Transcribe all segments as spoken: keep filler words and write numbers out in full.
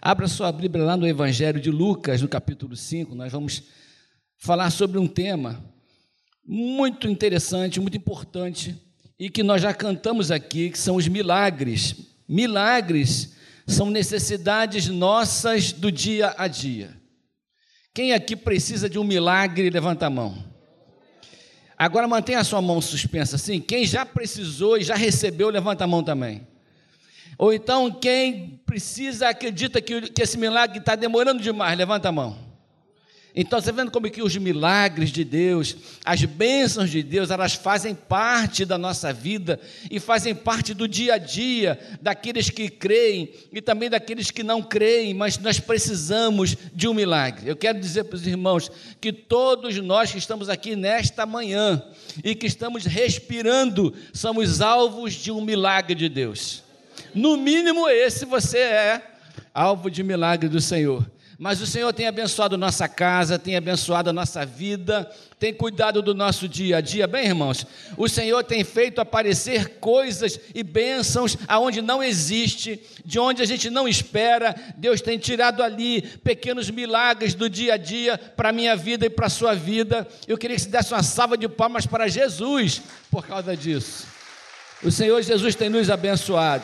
Abra sua Bíblia lá no Evangelho de Lucas, no capítulo cinco, nós vamos falar sobre um tema muito interessante, muito importante, e que nós já cantamos aqui, que são os milagres. Milagres são necessidades nossas do dia a dia. Quem aqui precisa de um milagre, levanta a mão. Agora mantenha a sua mão suspensa assim. Quem já precisou e já recebeu, levanta a mão também. Ou então, quem precisa, acredita que, que esse milagre está demorando demais, levanta a mão. Então, você vendo como que os milagres de Deus, as bênçãos de Deus, elas fazem parte da nossa vida e fazem parte do dia a dia daqueles que creem e também daqueles que não creem, mas nós precisamos de um milagre. Eu quero dizer para os irmãos que todos nós que estamos aqui nesta manhã e que estamos respirando, somos alvos de um milagre de Deus. No mínimo esse você é alvo de milagre do Senhor. Mas o Senhor tem abençoado nossa casa, tem abençoado a nossa vida, tem cuidado do nosso dia a dia. Bem, irmãos, o Senhor tem feito aparecer coisas e bênçãos aonde não existe, de onde a gente não espera. Deus tem tirado ali pequenos milagres do dia a dia para a minha vida e para a sua vida. Eu queria que se desse uma salva de palmas para Jesus por causa disso. O Senhor Jesus tem nos abençoado.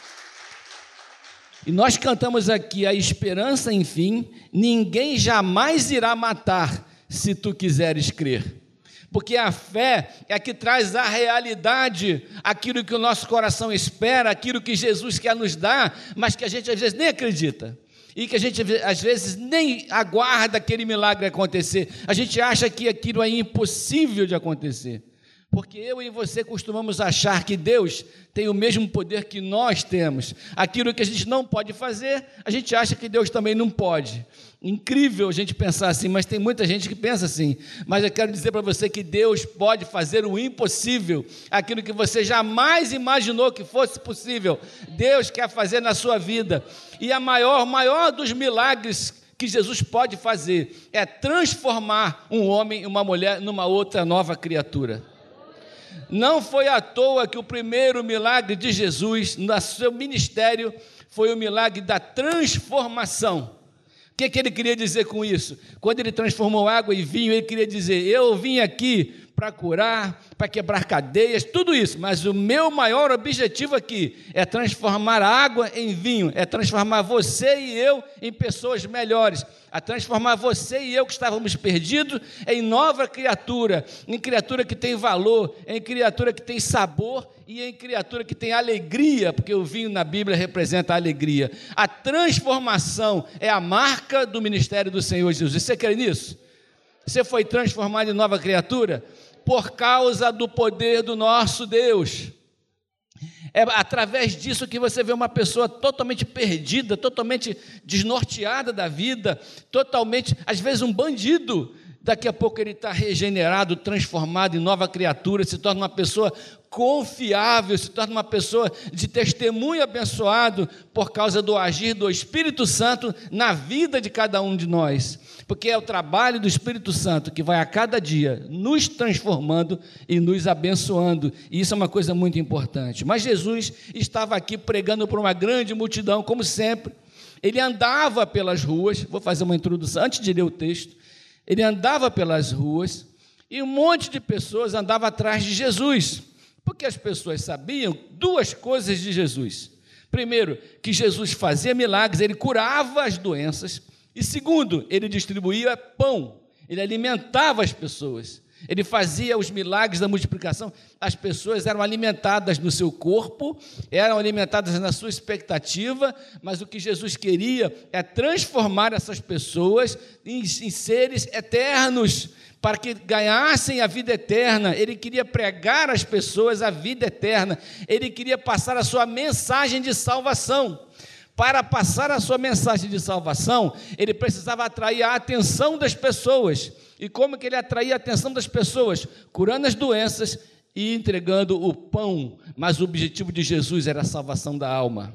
E nós cantamos aqui a esperança, enfim, ninguém jamais irá matar se tu quiseres crer. Porque a fé é a que traz à realidade aquilo que o nosso coração espera, aquilo que Jesus quer nos dar, mas que a gente às vezes nem acredita. E que a gente às vezes nem aguarda aquele milagre acontecer. A gente acha que aquilo é impossível de acontecer. Porque eu e você costumamos achar que Deus tem o mesmo poder que nós temos. Aquilo que a gente não pode fazer, a gente acha que Deus também não pode. Incrível a gente pensar assim, mas tem muita gente que pensa assim. Mas eu quero dizer para você que Deus pode fazer o impossível, aquilo que você jamais imaginou que fosse possível. Deus quer fazer na sua vida. E a maior, maior dos milagres que Jesus pode fazer é transformar um homem e uma mulher numa outra nova criatura. Não foi à toa que o primeiro milagre de Jesus no seu ministério foi o milagre da transformação. O que, que ele queria dizer com isso? Quando ele transformou água em vinho, ele queria dizer, eu vim aqui para curar, para quebrar cadeias, tudo isso, mas o meu maior objetivo aqui é transformar a água em vinho, é transformar você e eu em pessoas melhores, a transformar você e eu que estávamos perdidos em nova criatura, em criatura que tem valor, em criatura que tem sabor e em criatura que tem alegria, porque o vinho na Bíblia representa a alegria. A transformação é a marca do ministério do Senhor Jesus. Você crê nisso? Você foi transformado em nova criatura por causa do poder do nosso Deus. É através disso que você vê uma pessoa totalmente perdida, totalmente desnorteada da vida, totalmente, às vezes um bandido. Daqui a pouco ele está regenerado, transformado em nova criatura, se torna uma pessoa confiável, se torna uma pessoa de testemunho abençoado por causa do agir do Espírito Santo na vida de cada um de nós, porque é o trabalho do Espírito Santo que vai a cada dia nos transformando e nos abençoando, e isso é uma coisa muito importante. Mas Jesus estava aqui pregando para uma grande multidão, como sempre. Ele andava pelas ruas, vou fazer uma introdução antes de ler o texto. Ele andava pelas ruas e um monte de pessoas andava atrás de Jesus, porque as pessoas sabiam duas coisas de Jesus. Primeiro, que Jesus fazia milagres, ele curava as doenças, e segundo, ele distribuía pão, ele alimentava as pessoas, ele fazia os milagres da multiplicação, as pessoas eram alimentadas no seu corpo, eram alimentadas na sua expectativa, mas o que Jesus queria é transformar essas pessoas em, em seres eternos, para que ganhassem a vida eterna. Ele queria pregar às pessoas a vida eterna, ele queria passar a sua mensagem de salvação. Para passar a sua mensagem de salvação, ele precisava atrair a atenção das pessoas. E como que ele atraía a atenção das pessoas? Curando as doenças e entregando o pão. Mas o objetivo de Jesus era a salvação da alma.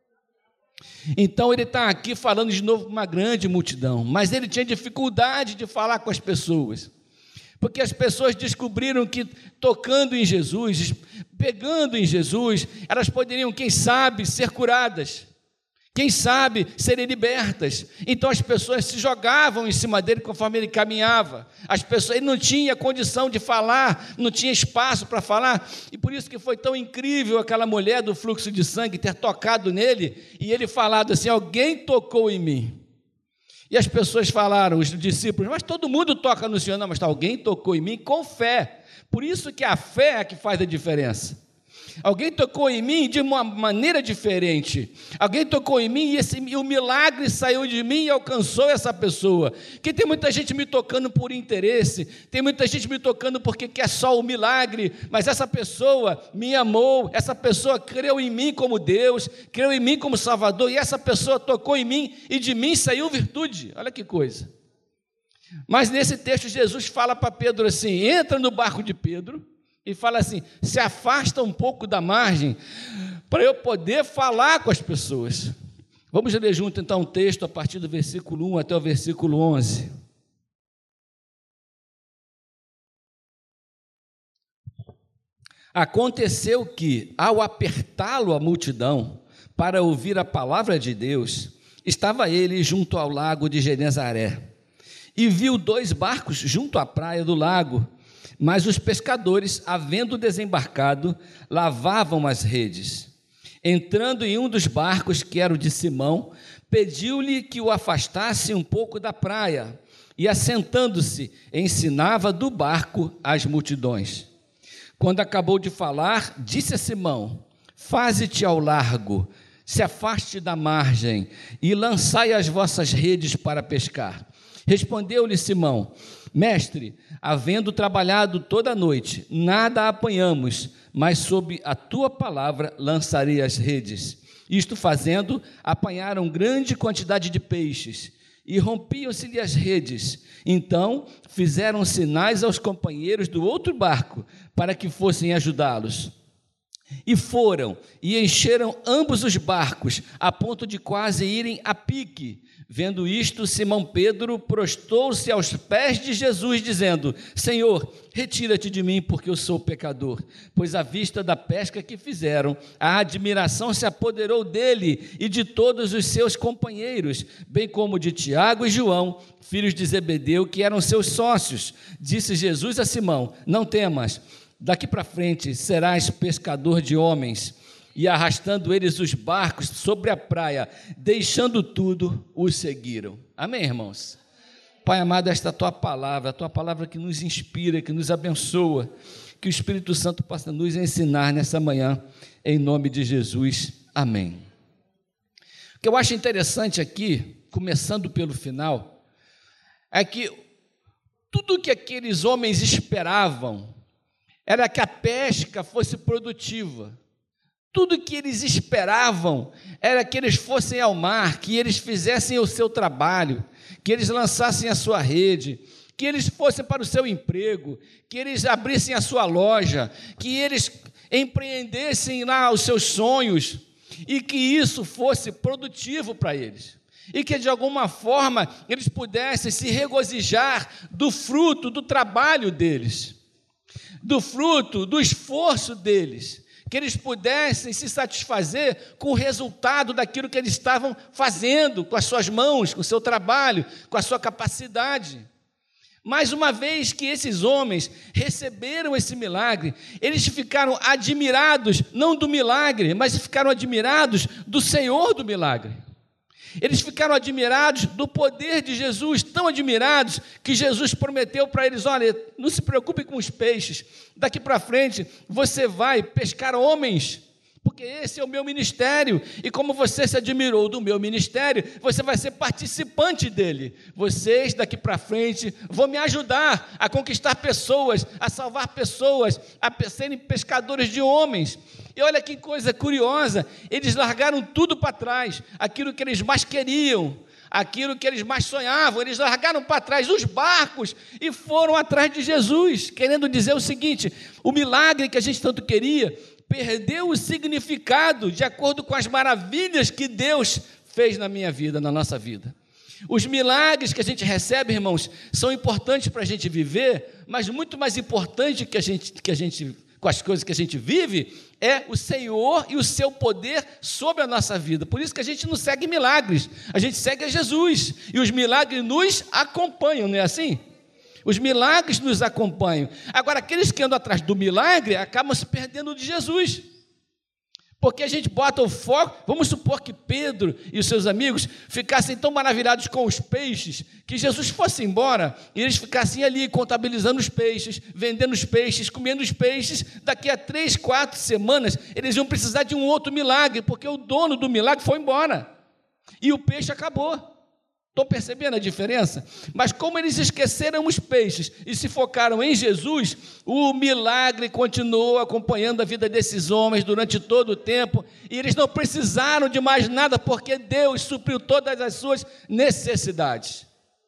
Então ele está aqui falando de novo com uma grande multidão, mas ele tinha dificuldade de falar com as pessoas, porque as pessoas descobriram que tocando em Jesus, pegando em Jesus, elas poderiam, quem sabe, ser curadas. Quem sabe serem libertas. Então as pessoas se jogavam em cima dele conforme ele caminhava. As pessoas, ele não tinha condição de falar, não tinha espaço para falar, e por isso que foi tão incrível aquela mulher do fluxo de sangue ter tocado nele, e ele falado assim: alguém tocou em mim. E as pessoas falaram, os discípulos: mas todo mundo toca no Senhor. Não, mas alguém tocou em mim com fé. Por isso que a fé é que faz a diferença. Alguém tocou em mim de uma maneira diferente. Alguém tocou em mim e, esse, e o milagre saiu de mim e alcançou essa pessoa. Que tem muita gente me tocando por interesse, tem muita gente me tocando porque quer só o milagre, mas essa pessoa me amou, essa pessoa creu em mim como Deus, creu em mim como Salvador, e essa pessoa tocou em mim e de mim saiu virtude. Olha que coisa. Mas nesse texto Jesus fala para Pedro assim: entra no barco de Pedro e fala assim: se afasta um pouco da margem para eu poder falar com as pessoas. Vamos ler junto então o texto a partir do versículo um até o versículo onze. Aconteceu que, ao apertá-lo a multidão para ouvir a palavra de Deus, estava ele junto ao lago de Genezaré, e viu dois barcos junto à praia do lago. Mas os pescadores, havendo desembarcado, lavavam as redes. Entrando em um dos barcos, que era o de Simão, pediu-lhe que o afastasse um pouco da praia, e, assentando-se, ensinava do barco as multidões. Quando acabou de falar, disse a Simão: faze-te ao largo, se afaste da margem, e lançai as vossas redes para pescar. Respondeu-lhe Simão: mestre, havendo trabalhado toda a noite, nada apanhamos, mas sob a tua palavra lançarei as redes. Isto fazendo, apanharam grande quantidade de peixes, e rompiam-se-lhe as redes. Então fizeram sinais aos companheiros do outro barco, para que fossem ajudá-los. E foram, e encheram ambos os barcos, a ponto de quase irem a pique. Vendo isto, Simão Pedro prostou-se aos pés de Jesus, dizendo: Senhor, retira-te de mim, porque eu sou pecador. Pois à vista da pesca que fizeram, a admiração se apoderou dele e de todos os seus companheiros, bem como de Tiago e João, filhos de Zebedeu, que eram seus sócios. Disse Jesus a Simão: não temas, daqui para frente serás pescador de homens. E arrastando eles os barcos sobre a praia, deixando tudo, os seguiram. Amém, irmãos? Pai amado, esta é a tua palavra, a tua palavra que nos inspira, que nos abençoa, que o Espírito Santo possa nos ensinar nessa manhã, em nome de Jesus. Amém. O que eu acho interessante aqui, começando pelo final, é que tudo que aqueles homens esperavam era que a pesca fosse produtiva. Tudo que eles esperavam era que eles fossem ao mar, que eles fizessem o seu trabalho, que eles lançassem a sua rede, que eles fossem para o seu emprego, que eles abrissem a sua loja, que eles empreendessem lá os seus sonhos, e que isso fosse produtivo para eles, e que de alguma forma eles pudessem se regozijar do fruto do trabalho deles, do fruto do esforço deles, que eles pudessem se satisfazer com o resultado daquilo que eles estavam fazendo com as suas mãos, com o seu trabalho, com a sua capacidade. Mas uma vez que esses homens receberam esse milagre, eles ficaram admirados, não do milagre, mas ficaram admirados do Senhor do milagre. Eles ficaram admirados do poder de Jesus, tão admirados que Jesus prometeu para eles: olha, não se preocupe com os peixes, daqui para frente você vai pescar homens, porque esse é o meu ministério, e como você se admirou do meu ministério, você vai ser participante dele. Vocês daqui para frente vão me ajudar a conquistar pessoas, a salvar pessoas, a serem pescadores de homens. E olha que coisa curiosa, eles largaram tudo para trás, aquilo que eles mais queriam, aquilo que eles mais sonhavam, eles largaram para trás os barcos e foram atrás de Jesus, querendo dizer o seguinte: o milagre que a gente tanto queria perdeu o significado de acordo com as maravilhas que Deus fez na minha vida, na nossa vida. Os milagres que a gente recebe, irmãos, são importantes para a gente viver, mas muito mais importante que a gente, que a gente com as coisas que a gente vive, é o Senhor e o seu poder sobre a nossa vida. Por isso que a gente não segue milagres, a gente segue a Jesus, e os milagres nos acompanham, não é assim? Os milagres nos acompanham. Agora, aqueles que andam atrás do milagre acabam se perdendo de Jesus, porque a gente bota o foco. Vamos supor que Pedro e os seus amigos ficassem tão maravilhados com os peixes, que Jesus fosse embora e eles ficassem ali contabilizando os peixes, vendendo os peixes, comendo os peixes. Daqui a três, quatro semanas eles iam precisar de um outro milagre, porque o dono do milagre foi embora e o peixe acabou. Estou percebendo a diferença? Mas como eles esqueceram os peixes e se focaram em Jesus, o milagre continuou acompanhando a vida desses homens durante todo o tempo, e eles não precisaram de mais nada, porque Deus supriu todas as suas necessidades.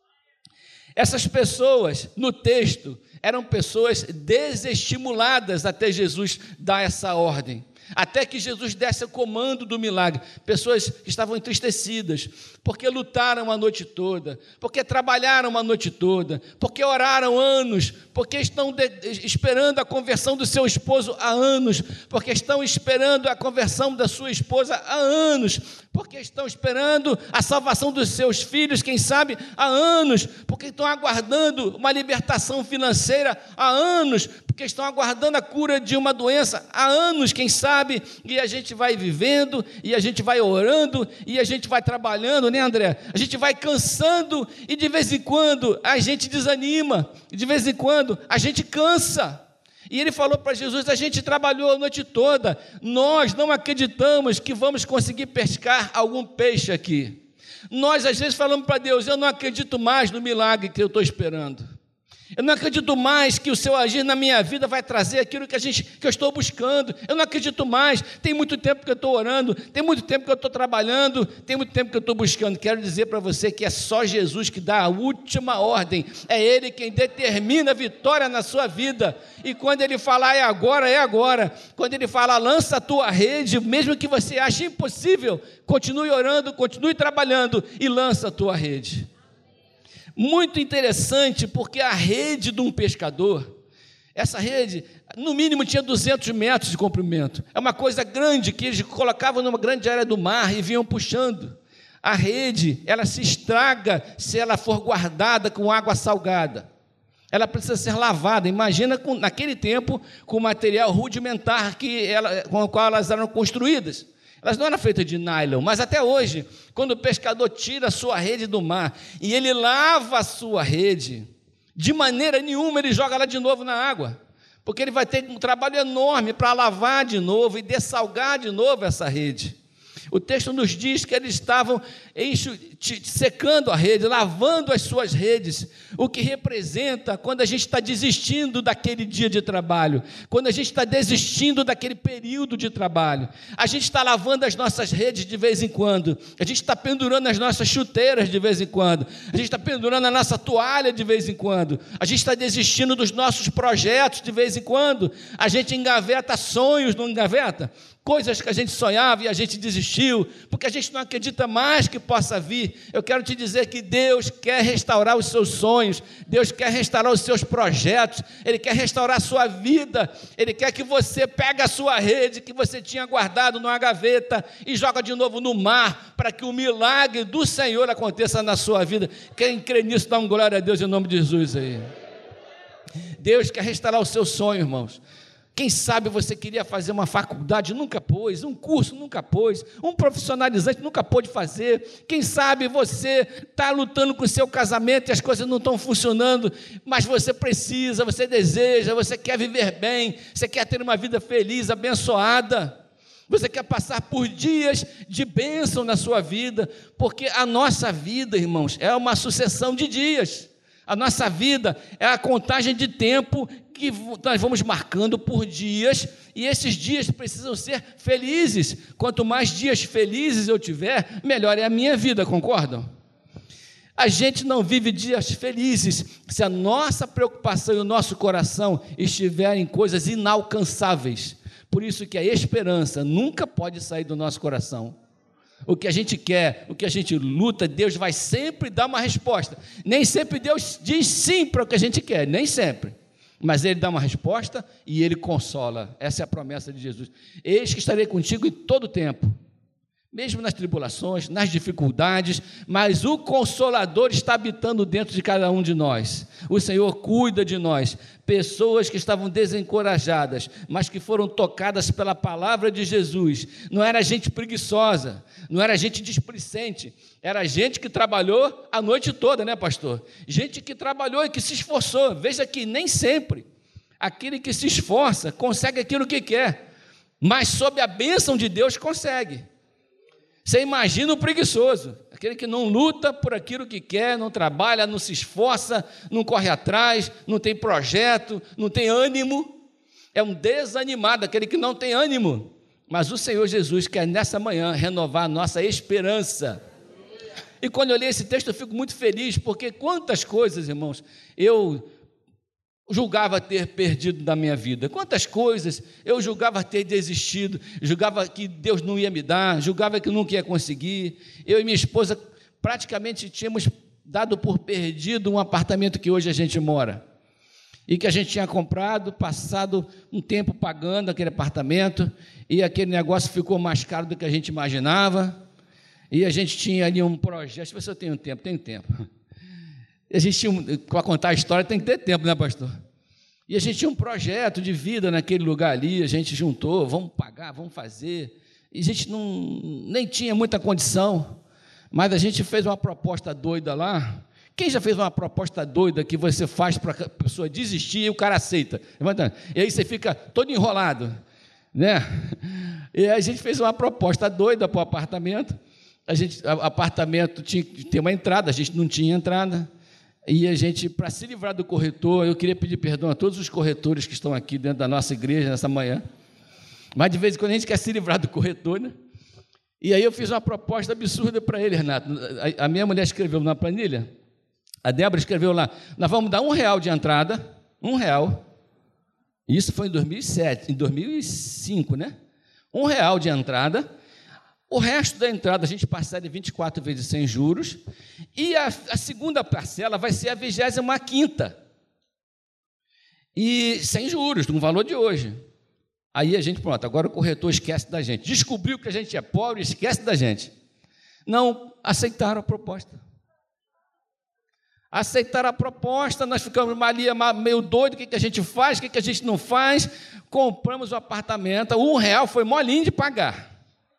Essas pessoas, no texto, eram pessoas desestimuladas até Jesus dar essa ordem, até que Jesus desse o comando do milagre. Pessoas que estavam entristecidas, porque lutaram a noite toda, porque trabalharam a noite toda, porque oraram anos, porque estão de, esperando a conversão do seu esposo há anos, porque estão esperando a conversão da sua esposa há anos, porque estão esperando a salvação dos seus filhos, quem sabe, há anos, porque estão aguardando uma libertação financeira há anos, porque estão aguardando a cura de uma doença há anos, quem sabe, e a gente vai vivendo, e a gente vai orando, e a gente vai trabalhando, né, André? A gente vai cansando, e de vez em quando a gente desanima, e de vez em quando a gente cansa. E ele falou para Jesus: a gente trabalhou a noite toda, nós não acreditamos que vamos conseguir pescar algum peixe aqui. Nós às vezes falamos para Deus: eu não acredito mais no milagre que eu estou esperando. Eu não acredito mais que o seu agir na minha vida vai trazer aquilo que, a gente, que eu estou buscando. Eu não acredito mais. Tem muito tempo que eu estou orando, tem muito tempo que eu estou trabalhando, tem muito tempo que eu estou buscando. Quero dizer para você que é só Jesus que dá a última ordem. É Ele quem determina a vitória na sua vida. E quando Ele falar é agora, é agora. Quando Ele falar lança a tua rede, mesmo que você ache impossível, continue orando, continue trabalhando e lança a tua rede. Muito interessante, porque a rede de um pescador, essa rede, no mínimo tinha duzentos metros de comprimento. É uma coisa grande que eles colocavam numa grande área do mar e vinham puxando. A rede, ela se estraga se ela for guardada com água salgada. Ela precisa ser lavada. Imagina, com, naquele tempo, com o material rudimentar que ela, com o qual elas eram construídas. Elas não eram feitas de nylon, mas até hoje, quando o pescador tira a sua rede do mar e ele lava a sua rede, de maneira nenhuma ele joga ela de novo na água, porque ele vai ter um trabalho enorme para lavar de novo e dessalgar de novo essa rede. O texto nos diz que eles estavam enxu, secando a rede, lavando as suas redes, o que representa quando a gente está desistindo daquele dia de trabalho, quando a gente está desistindo daquele período de trabalho. A gente está lavando as nossas redes de vez em quando, a gente está pendurando as nossas chuteiras de vez em quando, a gente está pendurando a nossa toalha de vez em quando, a gente está desistindo dos nossos projetos de vez em quando, a gente engaveta sonhos, não engaveta? Coisas que a gente sonhava e a gente desistiu, porque a gente não acredita mais que possa vir. Eu quero te dizer que Deus quer restaurar os seus sonhos, Deus quer restaurar os seus projetos, Ele quer restaurar a sua vida, Ele quer que você pegue a sua rede que você tinha guardado numa gaveta e joga de novo no mar, para que o milagre do Senhor aconteça na sua vida. Quem crê nisso, dá um glória a Deus em nome de Jesus aí. Deus quer restaurar o seu sonho, irmãos. Quem sabe você queria fazer uma faculdade, nunca pôs, um curso, nunca pôs, um profissionalizante, nunca pôde fazer. Quem sabe você está lutando com o seu casamento e as coisas não estão funcionando, mas você precisa, você deseja, você quer viver bem, você quer ter uma vida feliz, abençoada. Você quer passar por dias de bênção na sua vida, porque a nossa vida, irmãos, é uma sucessão de dias. A nossa vida é a contagem de tempo que nós vamos marcando por dias, e esses dias precisam ser felizes. Quanto mais dias felizes eu tiver, melhor é a minha vida, concordam? A gente não vive dias felizes se a nossa preocupação e o nosso coração estiverem em coisas inalcançáveis. Por isso que a esperança nunca pode sair do nosso coração. O que a gente quer, o que a gente luta, Deus vai sempre dar uma resposta. Nem sempre Deus diz sim para o que a gente quer, nem sempre. Mas Ele dá uma resposta e Ele consola. Essa é a promessa de Jesus. Eis que estarei contigo em todo o tempo, mesmo nas tribulações, nas dificuldades, mas o Consolador está habitando dentro de cada um de nós. O Senhor cuida de nós, pessoas que estavam desencorajadas, mas que foram tocadas pela palavra de Jesus. Não era gente preguiçosa, não era gente displicente, era gente que trabalhou a noite toda, né, pastor? Gente que trabalhou e que se esforçou. Veja que nem sempre aquele que se esforça consegue aquilo que quer, mas sob a bênção de Deus consegue. Você imagina o preguiçoso, aquele que não luta por aquilo que quer, não trabalha, não se esforça, não corre atrás, não tem projeto, não tem ânimo, é um desanimado, aquele que não tem ânimo. Mas o Senhor Jesus quer nessa manhã renovar a nossa esperança. E quando eu leio esse texto eu fico muito feliz, porque quantas coisas, irmãos, eu julgava ter perdido da minha vida, quantas coisas eu julgava ter desistido, julgava que Deus não ia me dar, julgava que nunca ia conseguir. Eu e minha esposa praticamente tínhamos dado por perdido um apartamento que hoje a gente mora, e que a gente tinha comprado, passado um tempo pagando aquele apartamento, e aquele negócio ficou mais caro do que a gente imaginava, e a gente tinha ali um projeto. Deixa eu ver se eu tenho tempo, tenho tempo. A gente tinha, para contar a história tem que ter tempo, né, pastor? E a gente tinha um projeto de vida naquele lugar ali, a gente juntou, vamos pagar, vamos fazer, e a gente não, nem tinha muita condição, mas a gente fez uma proposta doida lá. Quem já fez uma proposta doida que você faz para a pessoa desistir e o cara aceita? E aí você fica todo enrolado, né? E a gente fez uma proposta doida para o apartamento. A gente, o apartamento tinha que ter uma entrada, a gente não tinha entrada. E a gente, para se livrar do corretor, eu queria pedir perdão a todos os corretores que estão aqui dentro da nossa igreja nessa manhã, mas de vez em quando a gente quer se livrar do corretor, né? E aí eu fiz uma proposta absurda para ele, Renato. A minha mulher escreveu na planilha, a Débora escreveu lá, nós vamos dar um real de entrada, um real, isso foi em dois mil e sete, em dois mil e cinco, né? Um real de entrada. O resto da entrada a gente parcela em vinte e quatro vezes sem juros, e a, a segunda parcela vai ser a vigésima quinta, e sem juros, no valor de hoje. Aí a gente, pronto, agora o corretor esquece da gente, descobriu que a gente é pobre, esquece da gente. Não aceitaram a proposta. Aceitaram a proposta, nós ficamos ali meio doidos, o que a gente faz, o que a gente não faz, compramos o apartamento, um real foi molinho de pagar.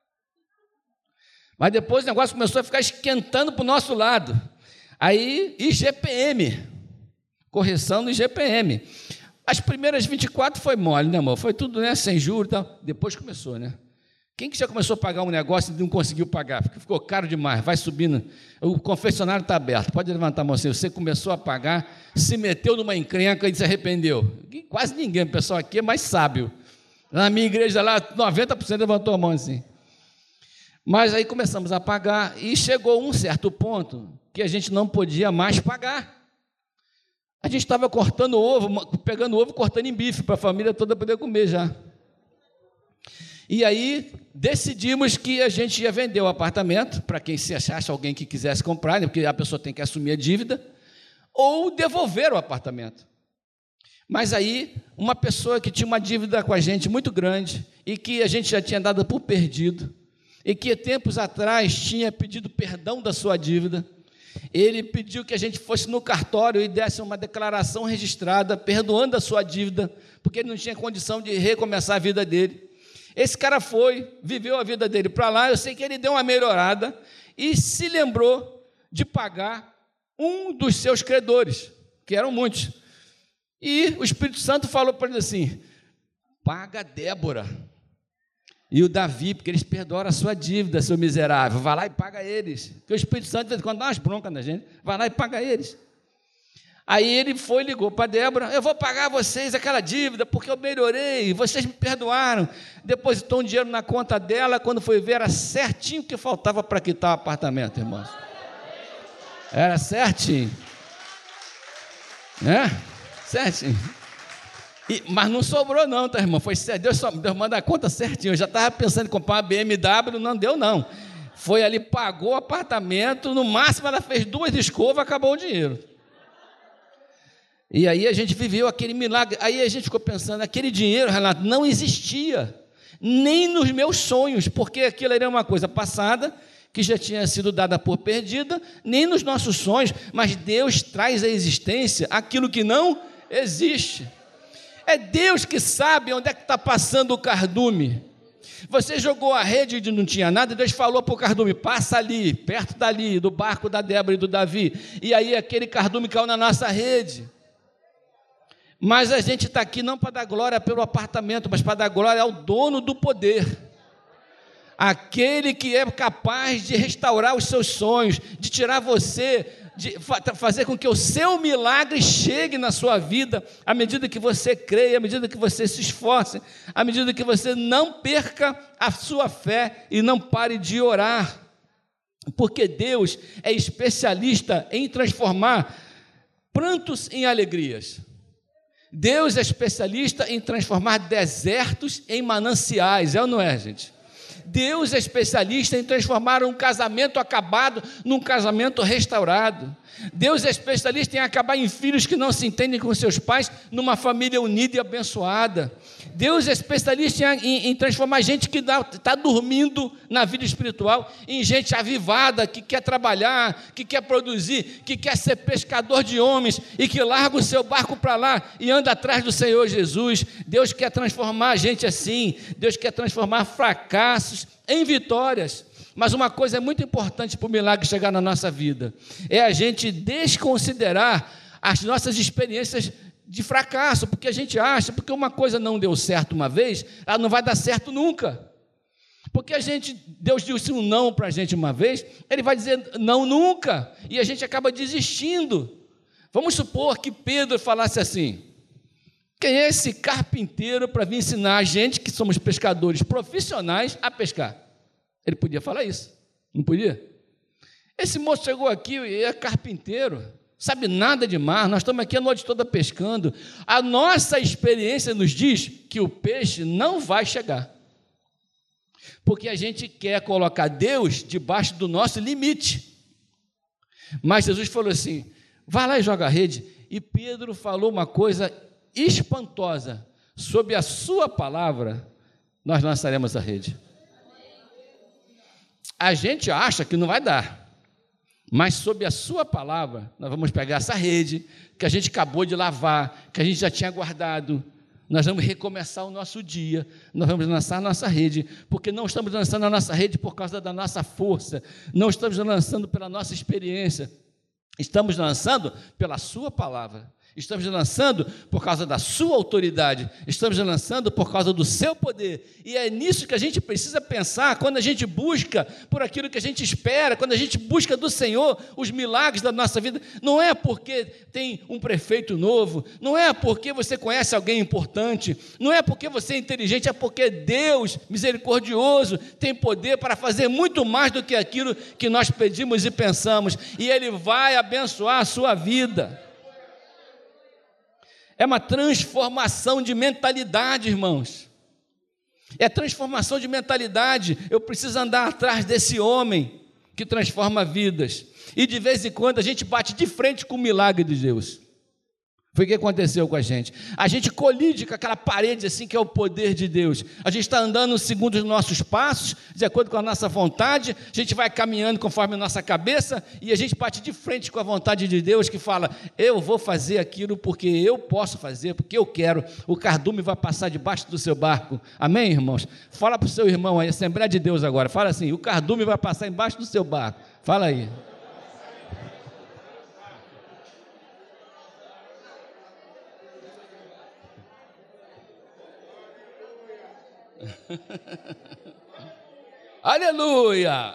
Mas depois o negócio começou a ficar esquentando para o nosso lado. Aí, I G P M, correção no I G P M. As primeiras vinte e quatro foi mole, né, amor? Foi tudo, né, sem juros e tal. Depois começou, né? Quem que já começou a pagar um negócio e não conseguiu pagar? Porque ficou caro demais, vai subindo. O confessionário está aberto, pode levantar a mão assim. Você começou a pagar, se meteu numa encrenca e se arrependeu. E quase ninguém, o pessoal aqui é mais sábio. Na minha igreja lá, noventa por cento levantou a mão assim. Mas aí começamos a pagar e chegou um certo ponto que a gente não podia mais pagar. A gente estava cortando ovo, pegando ovo, cortando em bife para a família toda poder comer já. E aí decidimos que a gente ia vender o apartamento para quem se achasse alguém que quisesse comprar, né, porque a pessoa tem que assumir a dívida, ou devolver o apartamento. Mas aí uma pessoa que tinha uma dívida com a gente muito grande e que a gente já tinha dado por perdido, e que tempos atrás tinha pedido perdão da sua dívida, ele pediu que a gente fosse no cartório e desse uma declaração registrada, perdoando a sua dívida, porque ele não tinha condição de recomeçar a vida dele. Esse cara foi, viveu a vida dele para lá, eu sei que ele deu uma melhorada, e se lembrou de pagar um dos seus credores, que eram muitos, e o Espírito Santo falou para ele assim, paga a Débora e o Davi, porque eles perdoaram a sua dívida, seu miserável, vai lá e paga eles, porque o Espírito Santo, de vez em quando, dá umas broncas na gente, vai lá e paga eles. Aí ele foi e ligou para a Débora, eu vou pagar vocês aquela dívida, porque eu melhorei, vocês me perdoaram. Depositou um dinheiro na conta dela, quando foi ver, era certinho o que faltava para quitar o apartamento, irmãos. Era certinho. Né? Certinho. E, mas não sobrou não, tá, irmão? Foi, Deus, Deus manda a conta certinho. Eu já estava pensando em comprar uma B M W, não deu não. Foi ali, pagou o apartamento, no máximo ela fez duas escovas, acabou o dinheiro. E aí a gente viveu aquele milagre. Aí a gente ficou pensando, aquele dinheiro, Renato, não existia, nem nos meus sonhos, porque aquilo era uma coisa passada, que já tinha sido dada por perdida, nem nos nossos sonhos, mas Deus traz à existência aquilo que não existe. É Deus que sabe onde é que está passando o cardume. Você jogou a rede e não tinha nada, e Deus falou para o cardume, passa ali, perto dali, do barco da Débora e do Davi, e aí aquele cardume caiu na nossa rede. Mas a gente está aqui não para dar glória pelo apartamento, mas para dar glória ao dono do poder, aquele que é capaz de restaurar os seus sonhos, de tirar você, de fazer com que o seu milagre chegue na sua vida, à medida que você creia, à medida que você se esforce, à medida que você não perca a sua fé e não pare de orar, porque Deus é especialista em transformar prantos em alegrias. Deus é especialista em transformar desertos em mananciais, é ou não é, gente? Deus é especialista em transformar um casamento acabado num casamento restaurado. Deus é especialista em acabar em filhos que não se entendem com seus pais numa família unida e abençoada. Deus é especialista em, em, em transformar gente que está dormindo na vida espiritual em gente avivada, que quer trabalhar, que quer produzir, que quer ser pescador de homens e que larga o seu barco para lá e anda atrás do Senhor Jesus. Deus quer transformar a gente assim. Deus quer transformar fracassos em vitórias. Mas uma coisa é muito importante para o milagre chegar na nossa vida, é a gente desconsiderar as nossas experiências de fracasso, porque a gente acha, porque uma coisa não deu certo uma vez, ela não vai dar certo nunca, porque a gente, Deus disse um não para a gente uma vez, Ele vai dizer não nunca, e a gente acaba desistindo. Vamos supor que Pedro falasse assim, quem é esse carpinteiro para vir ensinar a gente, que somos pescadores profissionais, a pescar? Ele podia falar isso, não podia? Esse moço chegou aqui e é carpinteiro, sabe nada de mar, nós estamos aqui a noite toda pescando. A nossa experiência nos diz que o peixe não vai chegar, porque a gente quer colocar Deus debaixo do nosso limite. Mas Jesus falou assim, vai lá e joga a rede. E Pedro falou uma coisa espantosa, sob a sua palavra, nós lançaremos a rede. A gente acha que não vai dar, mas sob a sua palavra, nós vamos pegar essa rede, que a gente acabou de lavar, que a gente já tinha guardado, nós vamos recomeçar o nosso dia, nós vamos lançar a nossa rede, porque não estamos lançando a nossa rede por causa da nossa força, não estamos lançando pela nossa experiência, estamos lançando pela sua palavra. Estamos lançando por causa da sua autoridade, estamos lançando por causa do seu poder, e é nisso que a gente precisa pensar, quando a gente busca por aquilo que a gente espera, quando a gente busca do Senhor os milagres da nossa vida, não é porque tem um prefeito novo, não é porque você conhece alguém importante, não é porque você é inteligente, é porque Deus, misericordioso, tem poder para fazer muito mais do que aquilo que nós pedimos e pensamos, e Ele vai abençoar a sua vida. É uma transformação de mentalidade, irmãos. É transformação de mentalidade. Eu preciso andar atrás desse homem que transforma vidas. E de vez em quando a gente bate de frente com o milagre de Deus. Foi o que aconteceu com a gente. A gente colide com aquela parede assim que é o poder de Deus. A gente está andando segundo os nossos passos, de acordo com a nossa vontade, a gente vai caminhando conforme a nossa cabeça e a gente bate de frente com a vontade de Deus que fala, eu vou fazer aquilo porque eu posso fazer, porque eu quero. O cardume vai passar debaixo do seu barco. Amém, irmãos? Fala para o seu irmão aí, Assembleia de Deus agora. Fala assim, o cardume vai passar embaixo do seu barco. Fala aí. Aleluia!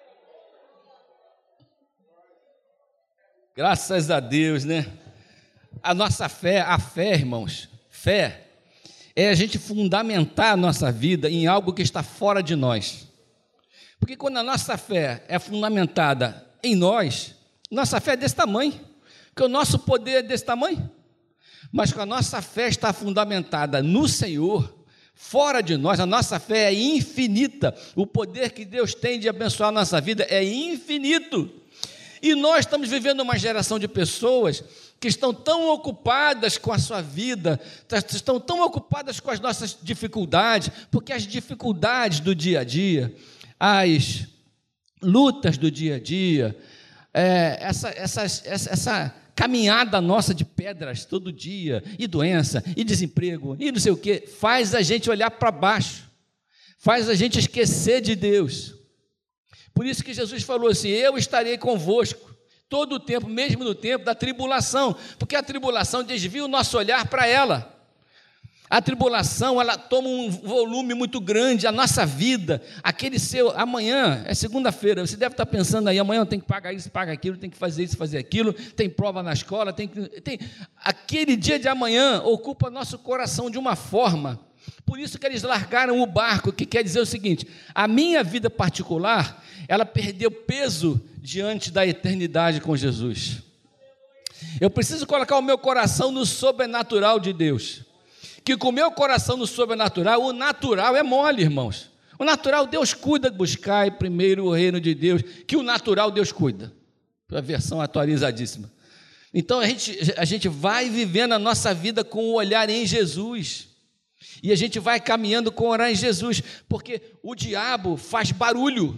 Graças a Deus, né? A nossa fé, a fé, irmãos, fé é a gente fundamentar a nossa vida em algo que está fora de nós. Porque quando a nossa fé é fundamentada em nós, nossa fé é desse tamanho, que o nosso poder é desse tamanho. Mas quando a nossa fé está fundamentada no Senhor, fora de nós, a nossa fé é infinita, o poder que Deus tem de abençoar a nossa vida é infinito, E nós estamos vivendo uma geração de pessoas que estão tão ocupadas com a sua vida, estão tão ocupadas com as nossas dificuldades, porque as dificuldades do dia a dia, as lutas do dia a dia, é, essa, essa, essa, essa caminhada nossa de pedras todo dia, e doença, e desemprego, e não sei o quê, faz a gente olhar para baixo, faz a gente esquecer de Deus. Por isso que Jesus falou assim: eu estarei convosco todo o tempo, mesmo no tempo da tribulação, porque a tribulação desvia o nosso olhar para ela. A tribulação, ela toma um volume muito grande, a nossa vida, aquele seu, amanhã é segunda-feira, você deve estar pensando aí, amanhã eu tenho que pagar isso, pagar aquilo, tem que fazer isso, fazer aquilo, tem prova na escola, tem que, tem, aquele dia de amanhã ocupa nosso coração de uma forma. Por isso que eles largaram o barco, que quer dizer o seguinte: a minha vida particular, ela perdeu peso diante da eternidade com Jesus. Eu preciso colocar o meu coração no sobrenatural de Deus, que com o meu coração no sobrenatural, o natural é mole, irmãos. O natural Deus cuida de buscar primeiro o reino de Deus, que o natural Deus cuida. A versão atualizadíssima. Então a gente, a gente vai vivendo a nossa vida com o olhar em Jesus. E a gente vai caminhando com o olhar em Jesus, porque o diabo faz barulho,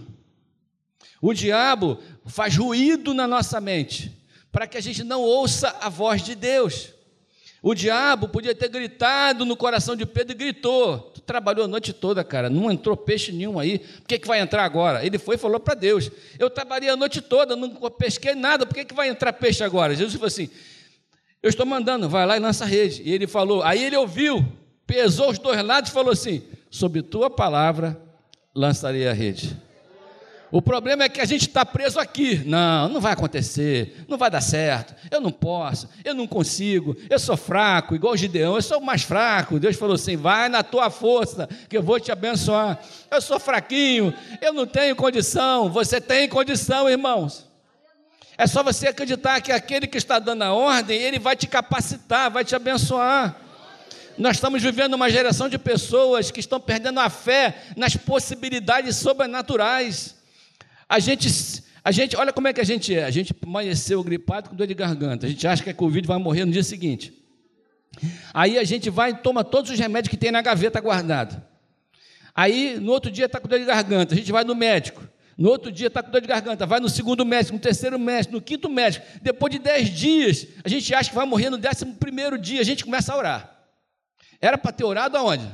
o diabo faz ruído na nossa mente, para que a gente não ouça a voz de Deus. O diabo podia ter gritado no coração de Pedro e gritou: tu trabalhou a noite toda, cara, não entrou peixe nenhum aí, por que, que vai entrar agora? Ele foi e falou para Deus: eu trabalhei a noite toda, não pesquei nada, por que, que vai entrar peixe agora? Jesus falou assim: eu estou mandando, vai lá e lança a rede. E ele falou, aí ele ouviu, pesou os dois lados e falou assim: sob tua palavra lançarei a rede. O problema é que a gente está preso aqui. Não, não vai acontecer, não vai dar certo, eu não posso, eu não consigo, eu sou fraco, igual o Gideão, eu sou o mais fraco. Deus falou assim: vai na tua força, que eu vou te abençoar. Eu sou fraquinho, eu não tenho condição. Você tem condição, irmãos. É só você acreditar que aquele que está dando a ordem, ele vai te capacitar, vai te abençoar. Nós estamos vivendo uma geração de pessoas que estão perdendo a fé nas possibilidades sobrenaturais. A gente, a gente, olha como é que a gente é, a gente amanheceu gripado com dor de garganta, a gente acha que a Covid vai morrer no dia seguinte, aí a gente vai e toma todos os remédios que tem na gaveta guardado, aí no outro dia está com dor de garganta, a gente vai no médico, no outro dia está com dor de garganta, vai no segundo médico, no terceiro médico, no quinto médico, depois de dez dias, a gente acha que vai morrer no décimo primeiro dia, a gente começa a orar. Era para ter orado aonde?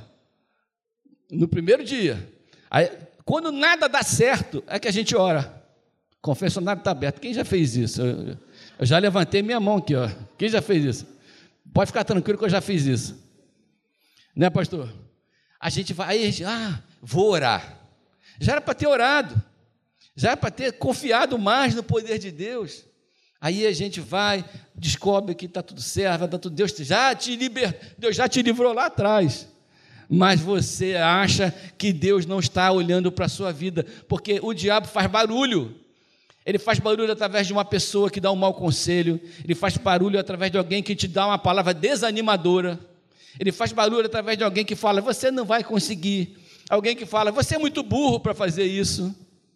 No primeiro dia. Aí, quando nada dá certo, é que a gente ora. O confessionário está aberto. Quem já fez isso? Eu, eu já levantei minha mão aqui, ó. Quem já fez isso? Pode ficar tranquilo que eu já fiz isso. Né, pastor? A gente vai, aí a gente, ah, vou orar. Já era para ter orado. Já era para ter confiado mais no poder de Deus. Aí a gente vai, descobre que está tudo certo, está tudo, Deus já te liber, Deus já te livrou lá atrás. Mas você acha que Deus não está olhando para a sua vida, porque o diabo faz barulho. Ele faz barulho através de uma pessoa que dá um mau conselho, ele faz barulho através de alguém que te dá uma palavra desanimadora, ele faz barulho através de alguém que fala, você não vai conseguir, alguém que fala, você é muito burro para fazer isso.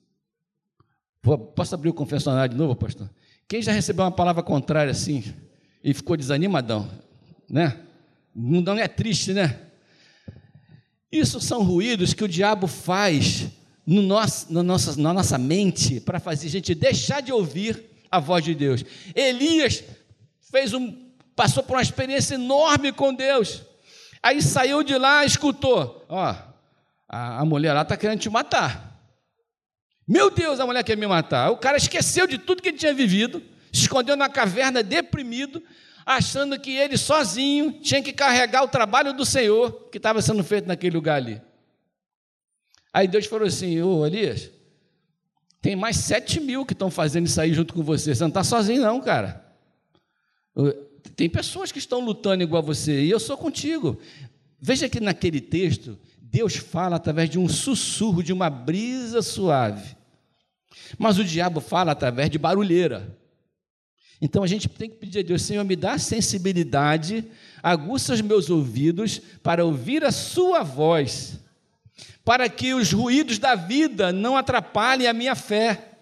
Posso abrir o confessionário de novo, pastor? Quem já recebeu uma palavra contrária assim e ficou desanimadão, né? Não é triste, né? Isso são ruídos que o diabo faz no nosso, no nosso, na nossa mente para fazer a gente deixar de ouvir a voz de Deus. Elias fez um, passou por uma experiência enorme com Deus. Aí saiu de lá e escutou: ó, a, a mulher lá está querendo te matar. Meu Deus, a mulher quer me matar. O cara esqueceu de tudo que ele tinha vivido, se escondeu na caverna deprimido, achando que ele sozinho tinha que carregar o trabalho do Senhor que estava sendo feito naquele lugar ali. Aí Deus falou assim: ô Elias, tem mais sete mil que estão fazendo isso aí junto com você, você não está sozinho não, cara. Tem pessoas que estão lutando igual a você, e eu sou contigo. Veja que naquele texto, Deus fala através de um sussurro, de uma brisa suave, mas o diabo fala através de barulheira. Então a gente tem que pedir a Deus: Senhor, me dá sensibilidade, aguça os meus ouvidos para ouvir a sua voz, para que os ruídos da vida não atrapalhem a minha fé,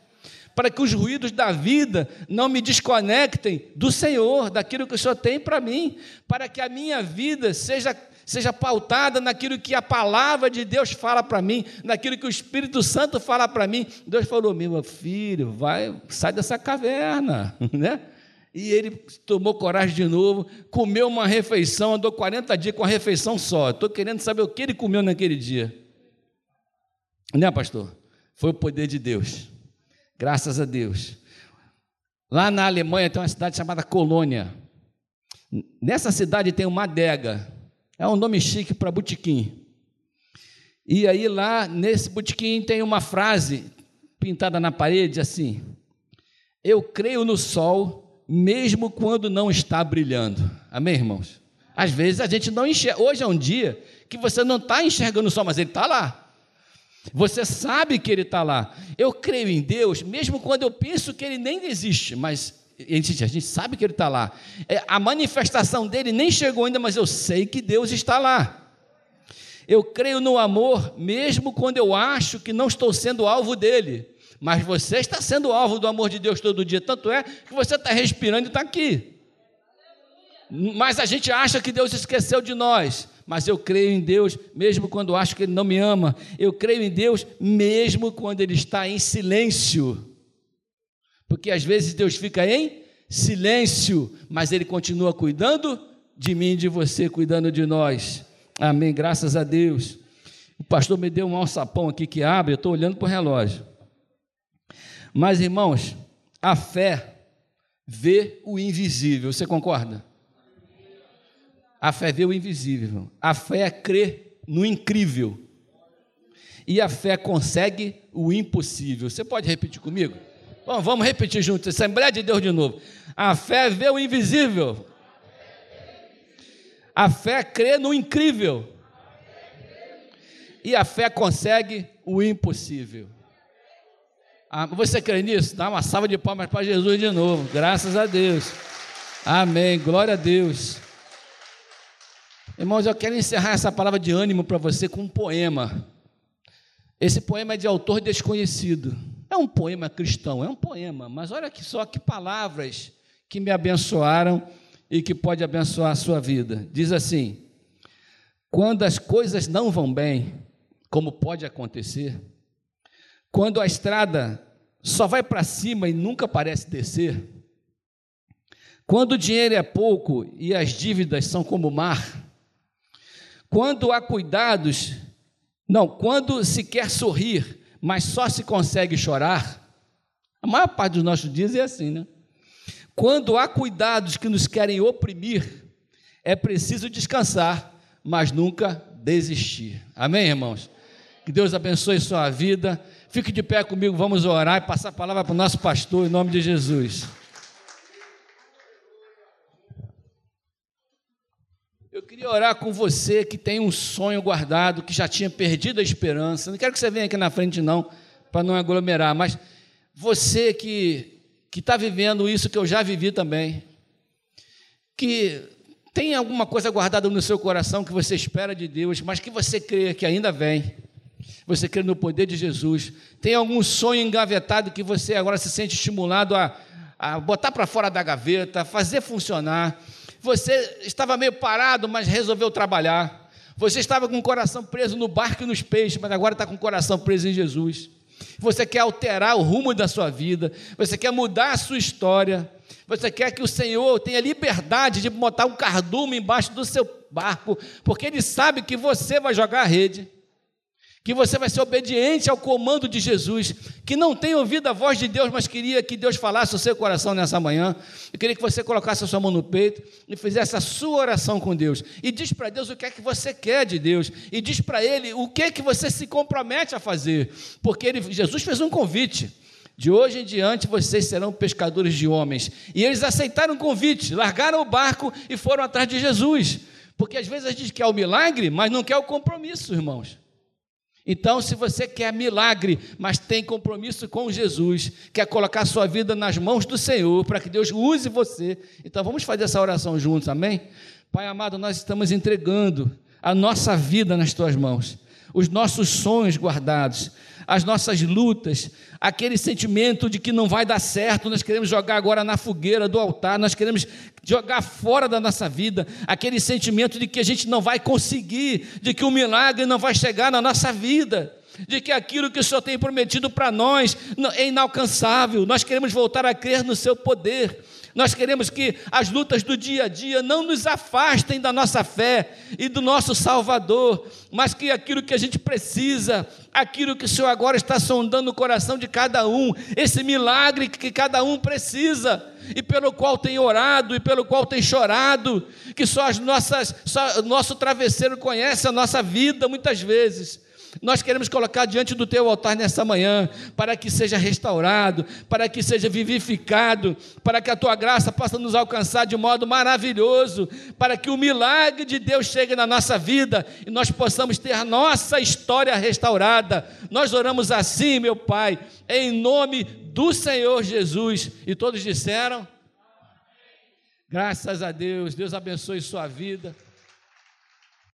para que os ruídos da vida não me desconectem do Senhor, daquilo que o Senhor tem para mim, para que a minha vida seja, seja pautada naquilo que a palavra de Deus fala para mim, naquilo que o Espírito Santo fala para mim. Deus falou: meu filho, vai, sai dessa caverna, né? E ele tomou coragem de novo, comeu uma refeição, andou quarenta dias com a refeição só. Estou querendo saber o que ele comeu naquele dia. Né, pastor? Foi o poder de Deus. Graças a Deus. Lá na Alemanha tem uma cidade chamada Colônia. Nessa cidade tem uma adega. É um nome chique para botequim. E aí lá nesse botequim tem uma frase pintada na parede assim: eu creio no sol mesmo quando não está brilhando. Amém, irmãos? Às vezes a gente não enxerga. Hoje é um dia que você não está enxergando o sol, mas ele está lá. Você sabe que ele está lá. Eu creio em Deus, mesmo quando eu penso que ele nem existe, mas a gente, a gente sabe que ele está lá. É, a manifestação dele nem chegou ainda, mas eu sei que Deus está lá. Eu creio no amor, mesmo quando eu acho que não estou sendo alvo dele. Mas você está sendo alvo do amor de Deus todo dia, tanto é que você está respirando e está aqui. Mas a gente acha que Deus esqueceu de nós. Mas eu creio em Deus, mesmo quando acho que Ele não me ama. Eu creio em Deus, mesmo quando Ele está em silêncio. Porque às vezes Deus fica em silêncio, mas Ele continua cuidando de mim e de você, cuidando de nós. Amém, graças a Deus. O pastor me deu um alçapão aqui que abre, eu estou olhando para o relógio. Mas, irmãos, a fé vê o invisível, você concorda? A fé vê o invisível, a fé crê no incrível, e a fé consegue o impossível. Você pode repetir comigo? Bom, vamos repetir juntos, Assembleia de Deus de novo. A fé vê o invisível, a fé crê no incrível, e a fé consegue o impossível. Ah, você crê nisso? Dá uma salva de palmas para Jesus de novo, graças a Deus. Amém, glória a Deus. Irmãos, eu quero encerrar essa palavra de ânimo para você com um poema. Esse poema é de autor desconhecido. É um poema cristão, é um poema, mas olha que só que palavras que me abençoaram e que pode abençoar a sua vida. Diz assim: quando as coisas não vão bem, como pode acontecer, quando a estrada só vai para cima e nunca parece descer, quando o dinheiro é pouco e as dívidas são como o mar, quando há cuidados, não, quando se quer sorrir, mas só se consegue chorar, a maior parte dos nossos dias é assim, né? Quando há cuidados que nos querem oprimir, é preciso descansar, mas nunca desistir. Amém, irmãos? Que Deus abençoe sua vida. Fique de pé comigo, vamos orar e passar a palavra para o nosso pastor, em nome de Jesus. Eu queria orar com você que tem um sonho guardado, que já tinha perdido a esperança. Não quero que você venha aqui na frente não, para não aglomerar, mas você que que está vivendo isso que eu já vivi também, que tem alguma coisa guardada no seu coração que você espera de Deus, mas que você crê que ainda vem. Você crê no poder de Jesus, tem algum sonho engavetado que você agora se sente estimulado a, a botar para fora da gaveta, fazer funcionar. Você estava meio parado, mas resolveu trabalhar. Você estava com o coração preso no barco e nos peixes, mas agora está com o coração preso em Jesus. Você quer alterar o rumo da sua vida, você quer mudar a sua história, você quer que o Senhor tenha liberdade de botar um cardume embaixo do seu barco, porque Ele sabe que você vai jogar a rede, que você vai ser obediente ao comando de Jesus, que não tem ouvido a voz de Deus, mas queria que Deus falasse o seu coração nessa manhã. Eu queria que você colocasse a sua mão no peito e fizesse a sua oração com Deus, e diz para Deus o que é que você quer de Deus, e diz para Ele o que é que você se compromete a fazer, porque ele, Jesus fez um convite: de hoje em diante vocês serão pescadores de homens, e eles aceitaram o convite, largaram o barco e foram atrás de Jesus, porque às vezes a gente quer o milagre, mas não quer o compromisso, irmãos. Então, se você quer milagre, mas tem compromisso com Jesus, quer colocar sua vida nas mãos do Senhor, para que Deus use você, então vamos fazer essa oração juntos, amém? Pai amado, nós estamos entregando a nossa vida nas Tuas mãos, os nossos sonhos guardados, as nossas lutas, aquele sentimento de que não vai dar certo, nós queremos jogar agora na fogueira do altar, nós queremos jogar fora da nossa vida, aquele sentimento de que a gente não vai conseguir, de que o milagre não vai chegar na nossa vida, de que aquilo que o Senhor tem prometido para nós é inalcançável. Nós queremos voltar a crer no seu poder. Nós queremos que as lutas do dia a dia não nos afastem da nossa fé e do nosso Salvador, mas que aquilo que a gente precisa, aquilo que o Senhor agora está sondando o coração de cada um, esse milagre que cada um precisa, e pelo qual tem orado, e pelo qual tem chorado, que só as nossas, só nosso travesseiro conhece a nossa vida muitas vezes. Nós queremos colocar diante do teu altar nessa manhã, para que seja restaurado, para que seja vivificado, para que a tua graça possa nos alcançar de modo maravilhoso, para que o milagre de Deus chegue na nossa vida e nós possamos ter a nossa história restaurada. Nós oramos assim, meu Pai, em nome do Senhor Jesus. E todos disseram: graças a Deus. Deus abençoe sua vida.